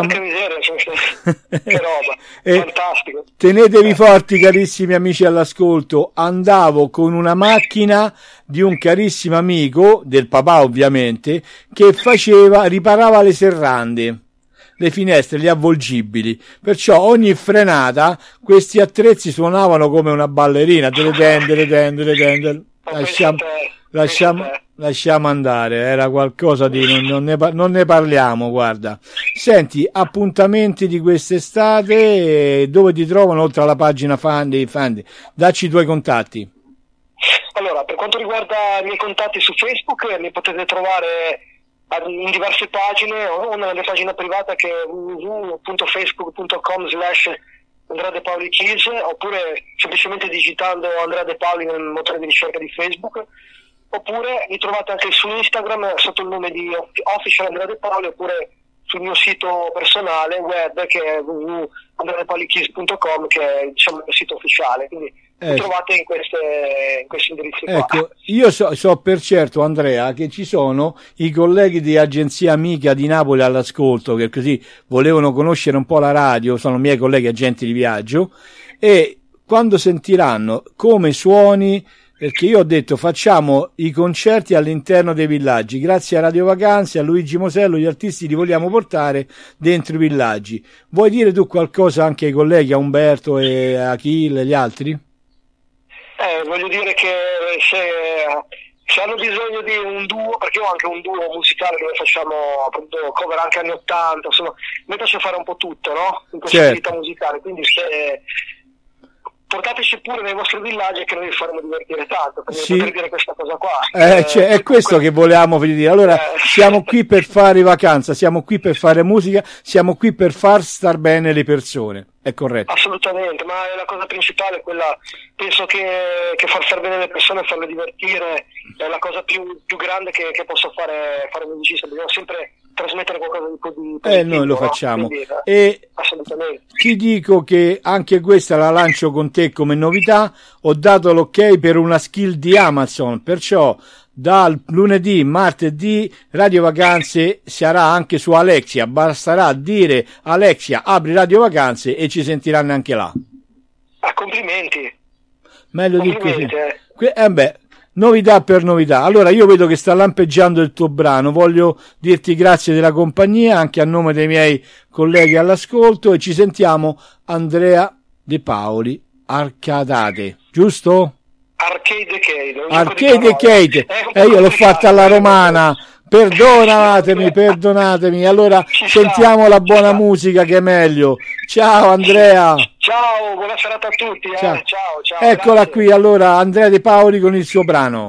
che roba, fantastico. Tenetevi forti, carissimi amici all'ascolto. Andavo con una macchina di un carissimo amico, del papà ovviamente, che riparava le serrande, le finestre, gli avvolgibili, perciò ogni frenata questi attrezzi suonavano come una ballerina. Le tende. Lasciamo andare, era qualcosa di non ne parliamo. Guarda, senti, appuntamenti di quest'estate, dove ti trovano oltre alla pagina fan, dacci i tuoi contatti. Allora, per quanto riguarda i miei contatti su Facebook, mi potete trovare in diverse pagine, o nella mia pagina privata che è www.facebook.com/Andrea De Paoli Kids, oppure semplicemente digitando Andrea De Paoli nel motore di ricerca di Facebook, oppure mi trovate anche su Instagram sotto il nome di Official Andrea De Paoli, oppure sul mio sito personale web che è www.andreadepaolikids.com, che è, diciamo, il mio sito ufficiale, quindi mi trovate in questi indirizzi qua. Ecco, io so per certo, Andrea, che ci sono i colleghi di Agenzia Amica di Napoli all'ascolto, che così volevano conoscere un po' la radio, sono miei colleghi agenti di viaggio, e quando sentiranno come suoni, perché io ho detto facciamo i concerti all'interno dei villaggi, grazie a Radio Vacanze, a Luigi Mosello, gli artisti li vogliamo portare dentro i villaggi. Vuoi dire tu qualcosa anche ai colleghi, a Umberto e a Achille e gli altri? Voglio dire che se hanno bisogno di un duo, perché ho anche un duo musicale dove facciamo appunto cover anche anni 80, insomma mi piace fare un po' tutto, no? In questa attività musicale, quindi portateci pure nei vostri villaggi che noi vi faremo divertire tanto, per poter dire questa cosa qua. È questo che volevamo dire. Allora, siamo qui per fare vacanza, siamo qui per fare musica, siamo qui per far star bene le persone. È corretto? Assolutamente, ma è la cosa principale, quella, penso che far star bene le persone e farle divertire è la cosa più grande che possa fare un musicista. Dobbiamo sempre trasmettere qualcosa di positivo. Noi lo facciamo. Quindi, e assolutamente. Ti dico che anche questa la lancio con te come novità. Ho dato l'ok per una skill di Amazon, perciò dal lunedì, martedì, Radio Vacanze sarà anche su Alexia. Basterà dire Alexia apri Radio Vacanze e ci sentiranno anche là. Complimenti. Meglio di così. Novità per novità. Allora io vedo che sta lampeggiando il tuo brano, voglio dirti grazie della compagnia anche a nome dei miei colleghi all'ascolto, e ci sentiamo Andrea De Paoli, Arcadate, giusto? Arcade Kate, io l'ho fatta alla romana, perdonatemi. Allora sentiamo la buona musica che è meglio. Ciao Andrea. Ciao, buona serata a tutti. Ciao. Eccola grazie. Qui allora Andrea De Paoli con il suo brano.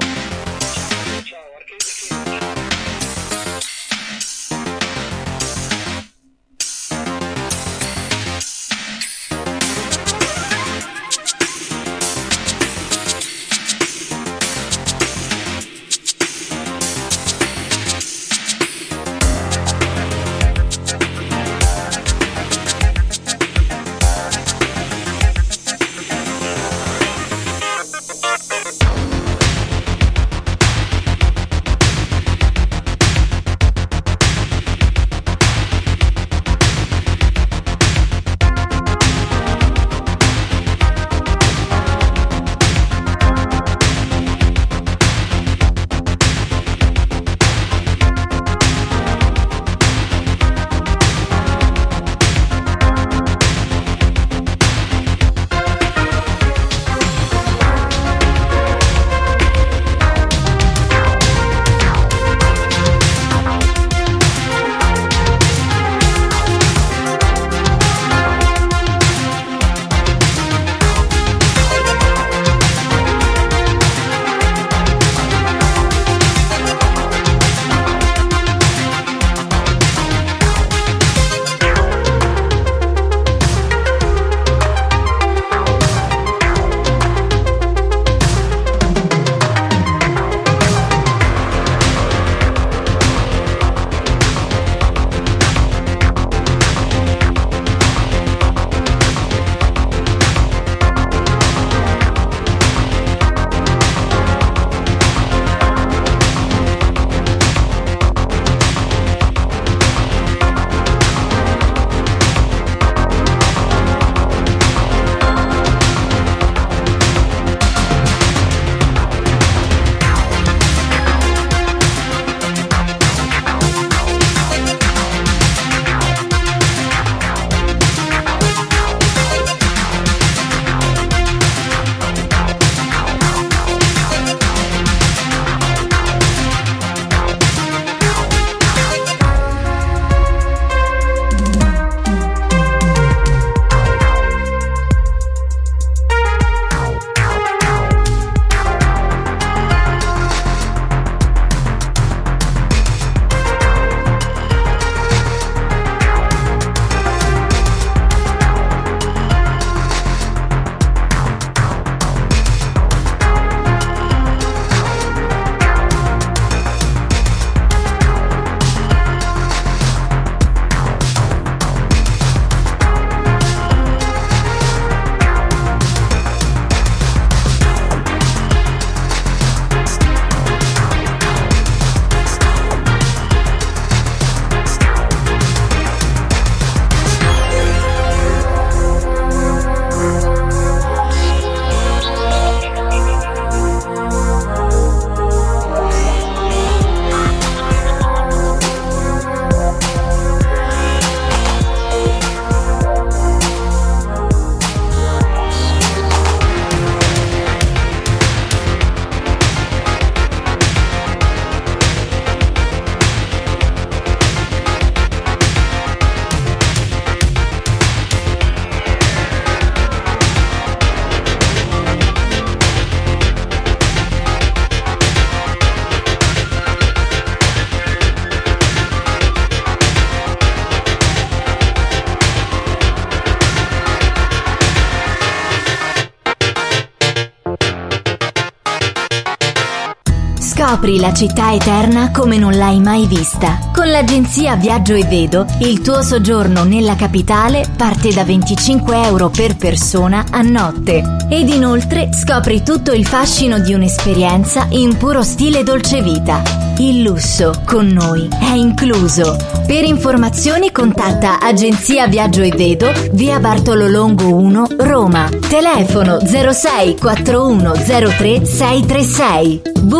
Scopri la città eterna come non l'hai mai vista. Con l'agenzia Viaggio e Vedo, il tuo soggiorno nella capitale parte da 25 euro per persona a notte. Ed inoltre scopri tutto il fascino di un'esperienza in puro stile dolcevita. Il lusso con noi è incluso. Per informazioni contatta Agenzia Viaggio e Vedo, via Bartolo Longo 1, Roma. Telefono 06 41 03 636.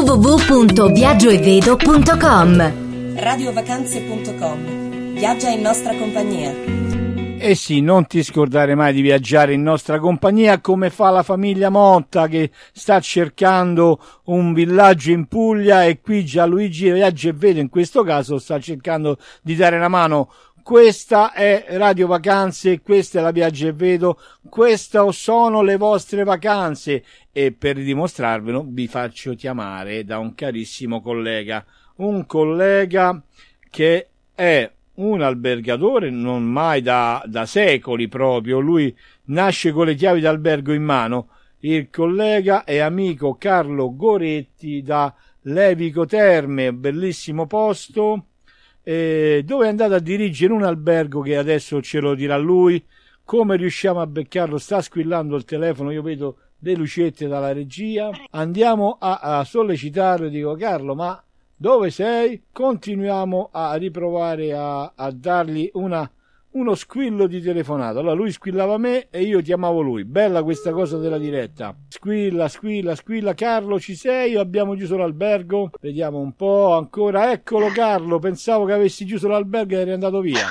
www.viaggioevedo.com. radiovacanze.com. Viaggia in nostra compagnia. Eh sì, non ti scordare mai di viaggiare in nostra compagnia, come fa la famiglia Motta che sta cercando un villaggio in Puglia, e qui Gianluigi Viaggio e Vedo in questo caso sta cercando di dare una mano. Questa è Radio Vacanze, questa è la Viaggio e Vedo, queste sono le vostre vacanze, e per dimostrarvelo vi faccio chiamare da un carissimo collega, un collega che è un albergatore non mai da secoli proprio, lui nasce con le chiavi d'albergo in mano. Il collega è amico Carlo Goretti da Levico Terme, bellissimo posto, dove è andato a dirigere un albergo che adesso ce lo dirà lui. Come riusciamo a beccarlo? Sta squillando il telefono, io vedo le lucette dalla regia, andiamo a sollecitarlo e dico: Carlo, ma dove sei? Continuiamo a riprovare a dargli uno squillo di telefonata. Allora lui squillava me e io chiamavo lui. Bella questa cosa della diretta. Squilla. Carlo, ci sei o abbiamo chiuso l'albergo? Vediamo un po' ancora. Eccolo Carlo, pensavo che avessi chiuso l'albergo e eri andato via.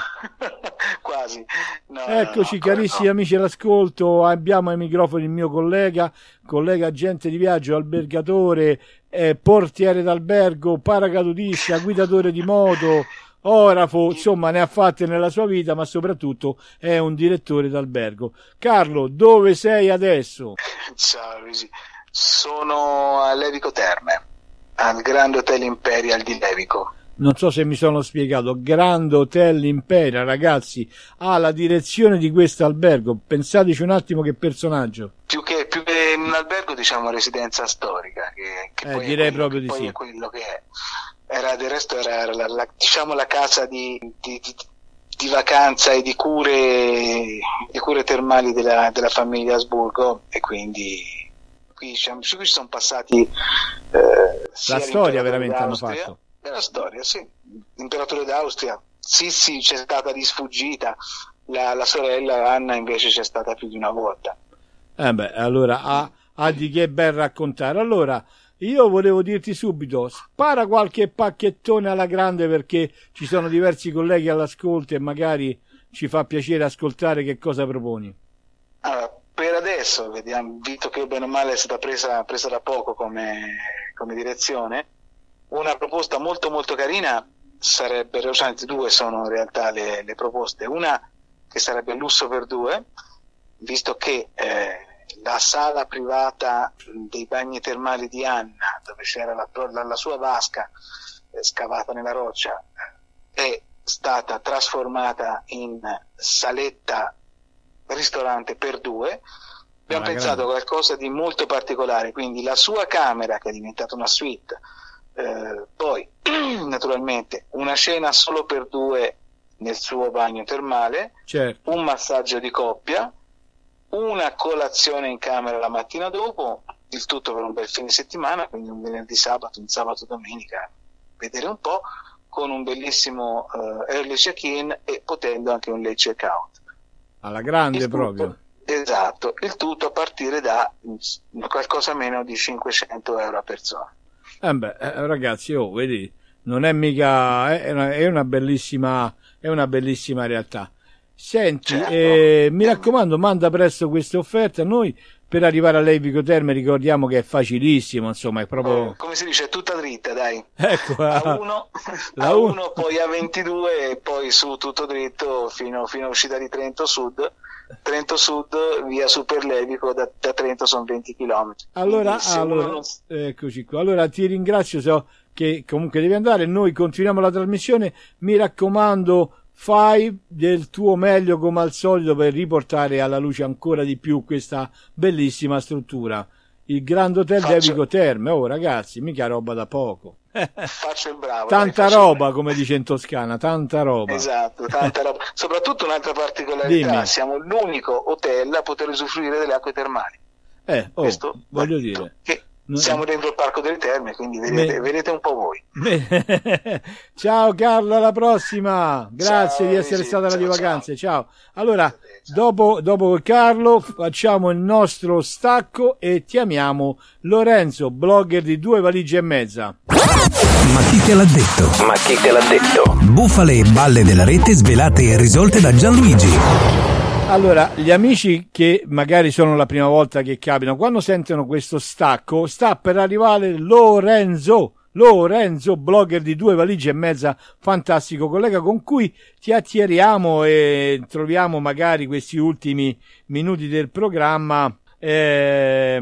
Quasi. No, Eccoci, carissimi amici all'ascolto, abbiamo ai microfoni il mio collega agente di viaggio, albergatore, portiere d'albergo, paracadutista, guidatore di moto, orafo, insomma ne ha fatte nella sua vita, ma soprattutto è un direttore d'albergo. Carlo, dove sei adesso? Ciao Luigi, sono a Levico Terme, al Grand Hotel Imperial di Levico. Non so se mi sono spiegato. Grand Hotel Imperial, ragazzi, ha la direzione di questo albergo. Pensateci un attimo che personaggio. Più che un albergo, diciamo residenza storica, che poi direi quello, proprio di poi sì. È quello che è. Del resto era diciamo la casa di vacanza e di cure termali della famiglia Asburgo, e quindi qui, diciamo, su cui sono passati la storia veramente hanno fatto. Della storia, sì. L'imperatore d'Austria, Sissi c'è stata di sfuggita, la sorella Anna invece c'è stata più di una volta. Allora ha di che ben raccontare. Allora io volevo dirti subito, spara qualche pacchettone alla grande, perché ci sono diversi colleghi all'ascolto e magari ci fa piacere ascoltare che cosa proponi. Allora, per adesso vediamo, visto che bene o male è stata presa da poco come direzione, una proposta molto molto carina sarebbero, anzi due sono in realtà le proposte. Una che sarebbe il lusso per due, visto che la sala privata dei bagni termali di Anna, dove c'era la sua vasca scavata nella roccia, è stata trasformata in saletta ristorante per due. Abbiamo pensato a qualcosa di molto particolare, quindi la sua camera, che è diventata una suite, poi naturalmente una cena solo per due nel suo bagno termale, certo, un massaggio di coppia, una colazione in camera la mattina dopo, il tutto per un bel fine settimana, quindi un venerdì sabato, un sabato domenica, vedere un po', con un bellissimo early check-in e potendo anche un late check-out alla grande proprio. Esatto, il tutto a partire da qualcosa meno di 500 euro a persona. Ragazzi, vedi, non è mica, è una bellissima realtà. Senti, certo. Mi raccomando, manda presto queste offerte a noi. Per arrivare a Levico Terme ricordiamo che è facilissimo, insomma, è proprio come si dice, tutta dritta, dai. Ecco, A1 poi A22 e poi su tutto dritto fino a uscita di Trento Sud, via Super Levico, da Trento sono 20 km. Allora, eccoci qua. Allora ti ringrazio, so che comunque devi andare, noi continuiamo la trasmissione, mi raccomando, fai del tuo meglio come al solito per riportare alla luce ancora di più questa bellissima struttura. il Grand Hotel di Evico Terme. Oh ragazzi, mica roba da poco. Faccio il bravo. Tanta roba, come dice in Toscana, tanta roba. Esatto, tanta roba. Soprattutto un'altra particolarità, Dimmi. siamo l'unico hotel a poter usufruire delle acque termali. Questo, voglio dire. Siamo dentro il Parco delle Terme, quindi vedete un po' voi. Ciao Carlo, alla prossima. Grazie di essere stato alla Radio Vacanze. Ciao. Allora, dopo Carlo facciamo il nostro stacco e chiamiamo Lorenzo, blogger di 2 valigie e mezza. Ma chi te l'ha detto? Ma chi te l'ha detto? Bufale e balle della rete svelate e risolte da Gianluigi. Allora, gli amici che magari sono la prima volta che capitano, quando sentono questo stacco, sta per arrivare Lorenzo, blogger di 2 valigie e mezza, fantastico collega con cui chiacchieriamo e troviamo magari questi ultimi minuti del programma, per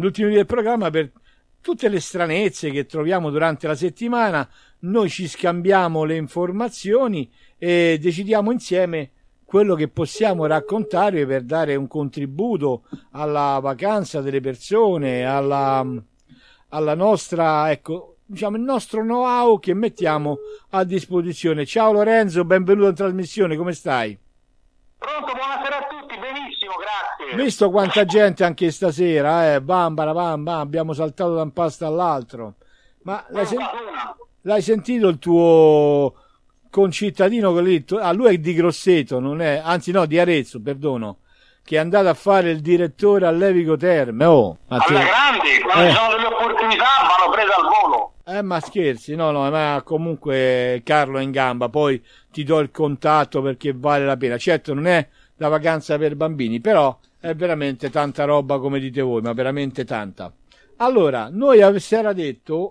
tutte le stranezze che troviamo durante la settimana. Noi ci scambiamo le informazioni e decidiamo insieme quello che possiamo raccontare per dare un contributo alla vacanza delle persone, alla nostra, il nostro know-how che mettiamo a disposizione. Ciao Lorenzo, benvenuto in trasmissione, come stai? Pronto, buonasera a tutti, benissimo, grazie. Visto quanta gente anche stasera, bam, abbiamo saltato da un pasto all'altro. Ma l'hai sentito il tuo concittadino, lui è di Grosseto, non è, anzi no, di Arezzo, perdono, che è andato a fare il direttore all'Evico Terme. Alla grande, quando ci sono delle opportunità vanno prese al volo. Ma scherzi, no, ma comunque Carlo è in gamba, poi ti do il contatto perché vale la pena. Certo non è la vacanza per bambini, però è veramente tanta roba, come dite voi, ma veramente tanta. Allora, noi si era detto,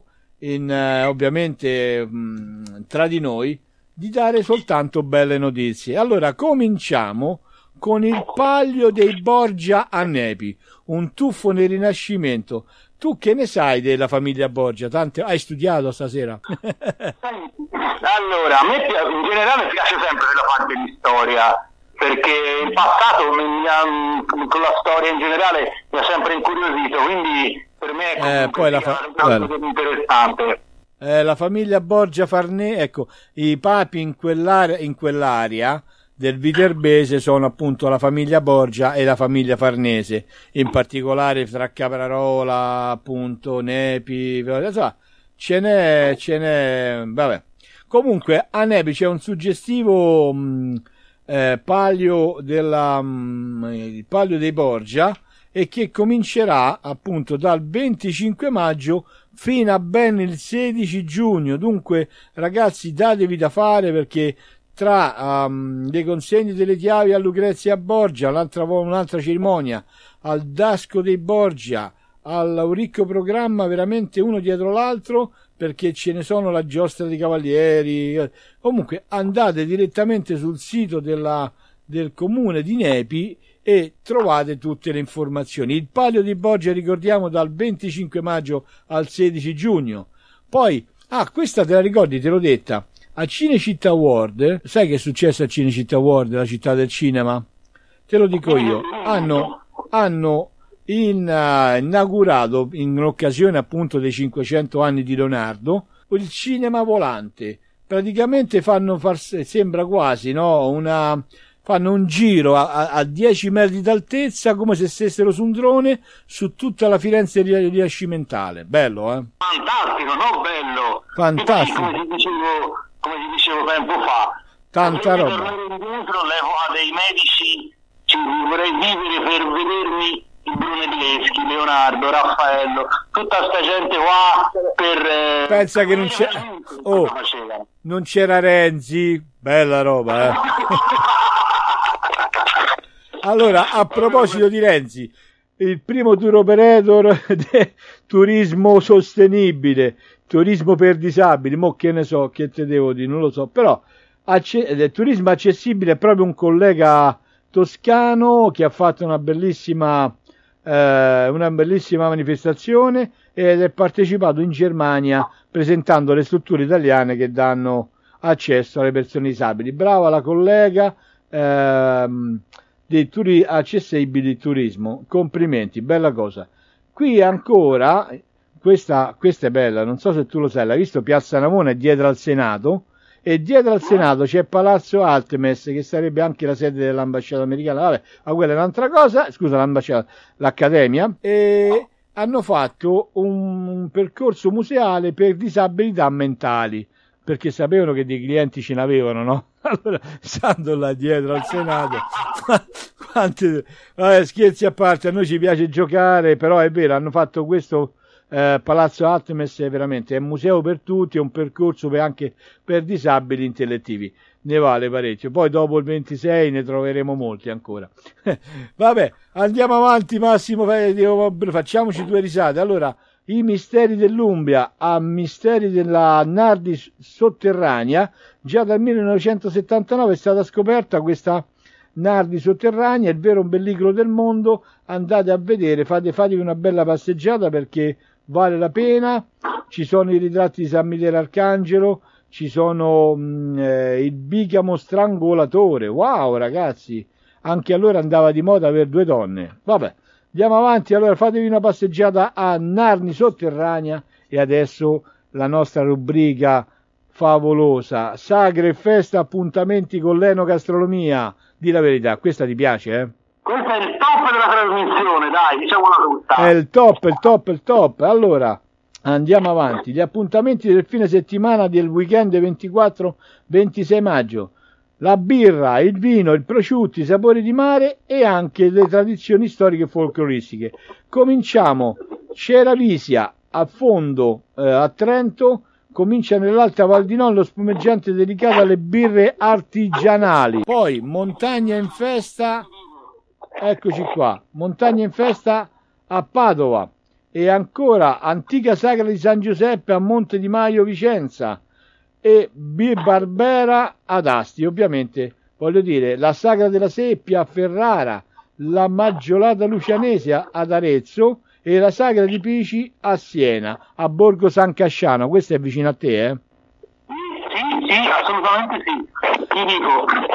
ovviamente tra di noi, di dare soltanto belle notizie. Allora, cominciamo con il Palio dei Borgia a Nepi, un tuffo nel Rinascimento. Tu che ne sai della famiglia Borgia? Hai studiato stasera? Allora, a me in generale piace sempre quella parte di storia, perché il passato con la storia in generale mi ha sempre incuriosito, quindi per me è poi interessante. La famiglia Borgia Farnese, ecco, i papi in quell'area del Viterbese sono appunto la famiglia Borgia e la famiglia Farnese, in particolare tra Caprarola, appunto, Nepi, ce n'è, vabbè. Comunque a Nepi c'è un suggestivo palio il Palio dei Borgia, e che comincerà appunto dal 25 maggio fino a ben il 16 giugno. Dunque ragazzi, datevi da fare, perché tra le consegne delle chiavi a Lucrezia Borgia, un'altra cerimonia, al Dasco dei Borgia, al ricco programma veramente uno dietro l'altro, perché ce ne sono la giostra dei cavalieri. Comunque andate direttamente sul sito del comune di Nepi e trovate tutte le informazioni. Il Palio di Borgia, ricordiamo, dal 25 maggio al 16 giugno. Poi, questa te la ricordi, te l'ho detta, a Cinecittà World, sai che è successo a Cinecittà World, la città del cinema? Te lo dico io, hanno inaugurato, in occasione appunto dei 500 anni di Leonardo, il cinema volante. Praticamente sembra quasi, no, fanno un giro a 10 metri d'altezza, come se stessero su un drone, su tutta la Firenze rinascimentale. Bello, Fantastico, no? Bello. Fantastico. Come ti dicevo tempo fa. Tanta roba. Tornare indietro, l'epoca dei medici, ci vorrei vivere per vedermi il Brunelleschi, Leonardo, Raffaello, tutta sta gente qua per... Pensa che non c'era Renzi. Bella roba, Allora, a proposito di Renzi, il primo tour operator del turismo sostenibile, turismo per disabili, mo che ne so, che te devo dire, non lo so, però del turismo accessibile è proprio un collega toscano che ha fatto una bellissima manifestazione ed è partecipato in Germania presentando le strutture italiane che danno accesso alle persone disabili. Brava la collega dei accessibili turismo, complimenti, bella cosa. qui ancora, questa è bella, non so se tu lo sai, l'hai visto, Piazza Navona è dietro al Senato, e dietro al Senato c'è Palazzo Artemis, che sarebbe anche la sede dell'ambasciata americana. Vabbè, ma quella è un'altra cosa, scusa, l'ambasciata, l'accademia, e hanno fatto un percorso museale per disabilità mentali, perché sapevano che dei clienti ce n'avevano, no? Allora, stando là dietro al Senato, scherzi a parte, a noi ci piace giocare, però è vero, hanno fatto questo Palazzo Artemis, è veramente, è un museo per tutti, è un percorso anche per disabili intellettivi, ne vale parecchio. Poi dopo il 26 ne troveremo molti ancora. Vabbè, andiamo avanti, Massimo, facciamoci 2 risate. Allora, i misteri dell'Umbria a misteri della Nardi sotterranea. Già dal 1979 è stata scoperta questa Nardi sotterranea, il vero ombelico del mondo. Andate a vedere, fatevi una bella passeggiata, perché vale la pena. Ci sono i ritratti di San Michele Arcangelo, ci sono il bigamo strangolatore. Wow, ragazzi, anche allora andava di moda avere 2 donne. Vabbè, andiamo avanti. Allora, fatevi una passeggiata a Narni sotterranea. E adesso la nostra rubrica favolosa, sagre e festa, appuntamenti con l'enogastronomia. Di la verità, questa ti piace, eh? Questo è il top della trasmissione, dai, diciamola tutta. È il top. Allora, andiamo avanti. Gli appuntamenti del fine settimana del weekend 24-26 maggio. La birra, il vino, il prosciutto, i sapori di mare e anche le tradizioni storiche e folcloristiche. Cominciamo. Ceravisia, a fondo, a Trento. Comincia nell'Alta Val di Non lo spumeggiante dedicato alle birre artigianali. Poi Montagna in festa, eccoci qua, Montagna in festa a Padova. E ancora Antica Sagra di San Giuseppe a Monte di Maio, Vicenza. E Barbera ad Asti. Ovviamente, voglio dire, la Sagra della Seppia a Ferrara, la Maggiolata Lucianese ad Arezzo e la Sagra di Pici a Siena, a Borgo San Casciano. Questo è vicino a te, eh? Sì, assolutamente sì. Ti dico,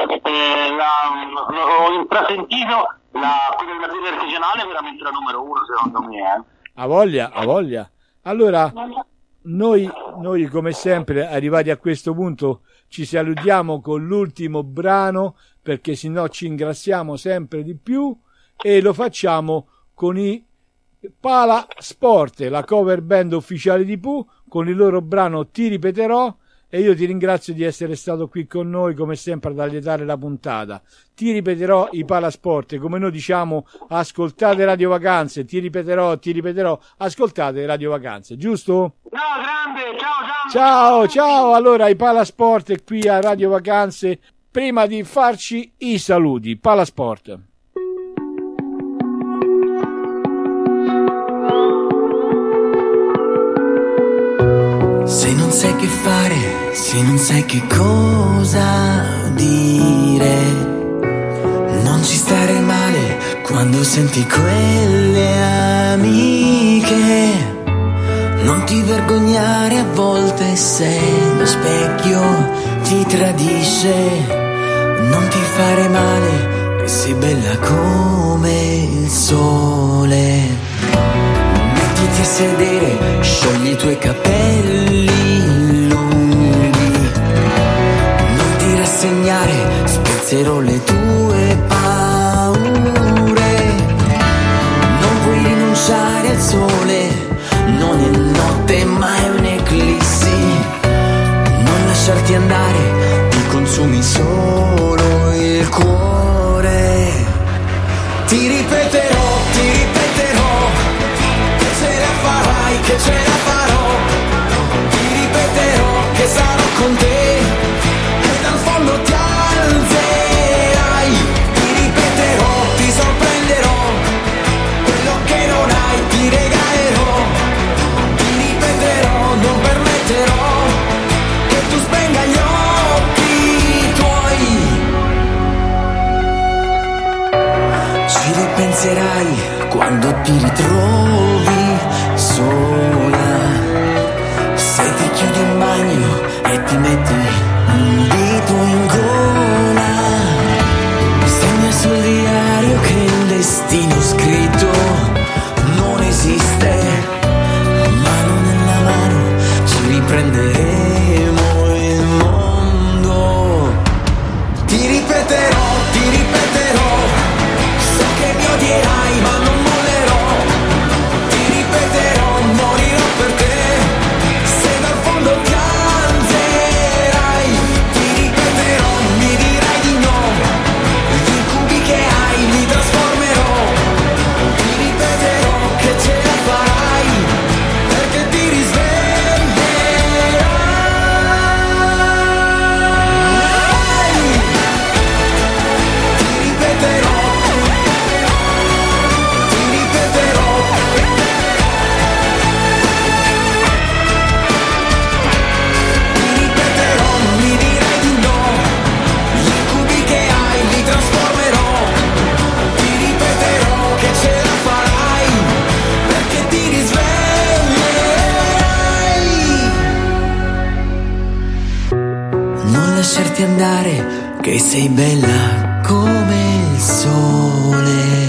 ho intrasentito quella della birra artigianale è veramente la numero 1, secondo me, eh? A voglia. Allora, noi come sempre, arrivati a questo punto, ci salutiamo con l'ultimo brano, perché sennò ci ingrassiamo sempre di più, e lo facciamo con i Pala Sport, la cover band ufficiale di Pooh, con il loro brano Ti ripeterò. E io ti ringrazio di essere stato qui con noi, come sempre, ad allietare la puntata. Ti ripeterò, i Pala Sport, come noi diciamo, ascoltate Radio Vacanze. Ti ripeterò, ascoltate Radio Vacanze, giusto? Ciao grande, ciao. Allora, i Pala Sport qui a Radio Vacanze, prima di farci i saluti. Pala Sport. Se non sai che fare, se non sai che cosa dire, non ci stare male quando senti quelle amiche. Non ti vergognare a volte se lo specchio ti tradisce. Non ti fare male che sei bella come il sole. Mettiti a sedere, sciogli i tuoi capelli lunghi. Non ti rassegnare, spezzerò le tue paure. Non puoi rinunciare al sole, non è notte ma è un'eclissi. Non lasciarti andare, ti consumi solo il cuore. Ti ripeterò, che ce la farò, ti ripeterò che sarò con te e dal fondo ti alzerai. Ti ripeterò, ti sorprenderò, quello che non hai ti regalerò. Ti ripeterò, non permetterò che tu spenga gli occhi tuoi. Ci ripenserai quando ti ritrovi sola, se ti chiudi in bagno e ti metti un dito in gola. Segna sul diario che il destino scritto non esiste. lasciarti andare, che sei bella come il sole.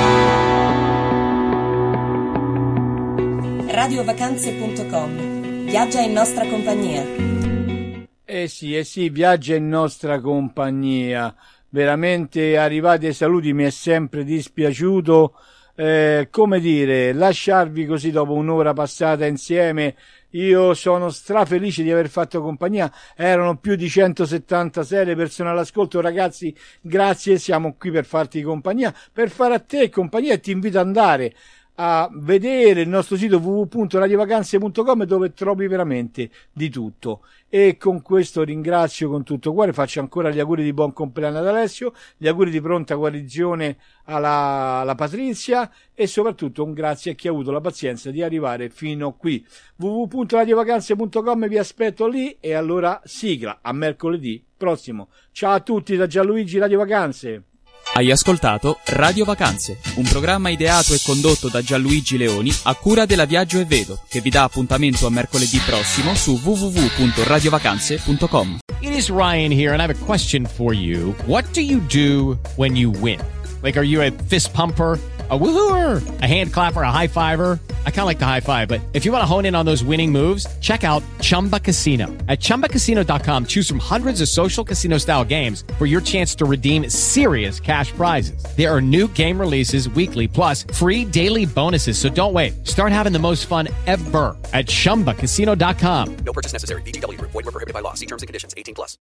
Radiovacanze.com. Viaggia in nostra compagnia. Sì, viaggia in nostra compagnia. Veramente arrivati ai saluti, mi è sempre dispiaciuto come dire, lasciarvi così dopo un'ora passata insieme. Io sono strafelice di aver fatto compagnia, erano più di 176 le persone all'ascolto. Ragazzi, grazie, siamo qui per farti compagnia, per fare a te compagnia, e ti invito ad andare a vedere il nostro sito www.radiovacanze.com, dove trovi veramente di tutto. E con questo ringrazio con tutto cuore, faccio ancora gli auguri di buon compleanno ad Alessio, gli auguri di pronta guarigione alla Patrizia, e soprattutto un grazie a chi ha avuto la pazienza di arrivare fino qui. www.radiovacanze.com, vi aspetto lì, e allora sigla, a mercoledì prossimo. Ciao a tutti da Gianluigi Radio Vacanze. Hai ascoltato Radio Vacanze, un programma ideato e condotto da Gianluigi Leoni a cura della Viaggio e Vedo, che vi dà appuntamento a mercoledì prossimo su www.radiovacanze.com. It is Ryan here, and I have a question for you. What do you do when you win? Like, are you a fist pumper, a woohooer, a hand clapper, a high fiver? I kind of like the high five, but if you want to hone in on those winning moves, check out Chumba Casino. At ChumbaCasino.com, choose from hundreds of social casino-style games for your chance to redeem serious cash prizes. There are new game releases weekly, plus free daily bonuses, so don't wait. Start having the most fun ever at ChumbaCasino.com. No purchase necessary. VGW Group. Void where prohibited by law. See terms and conditions. 18+.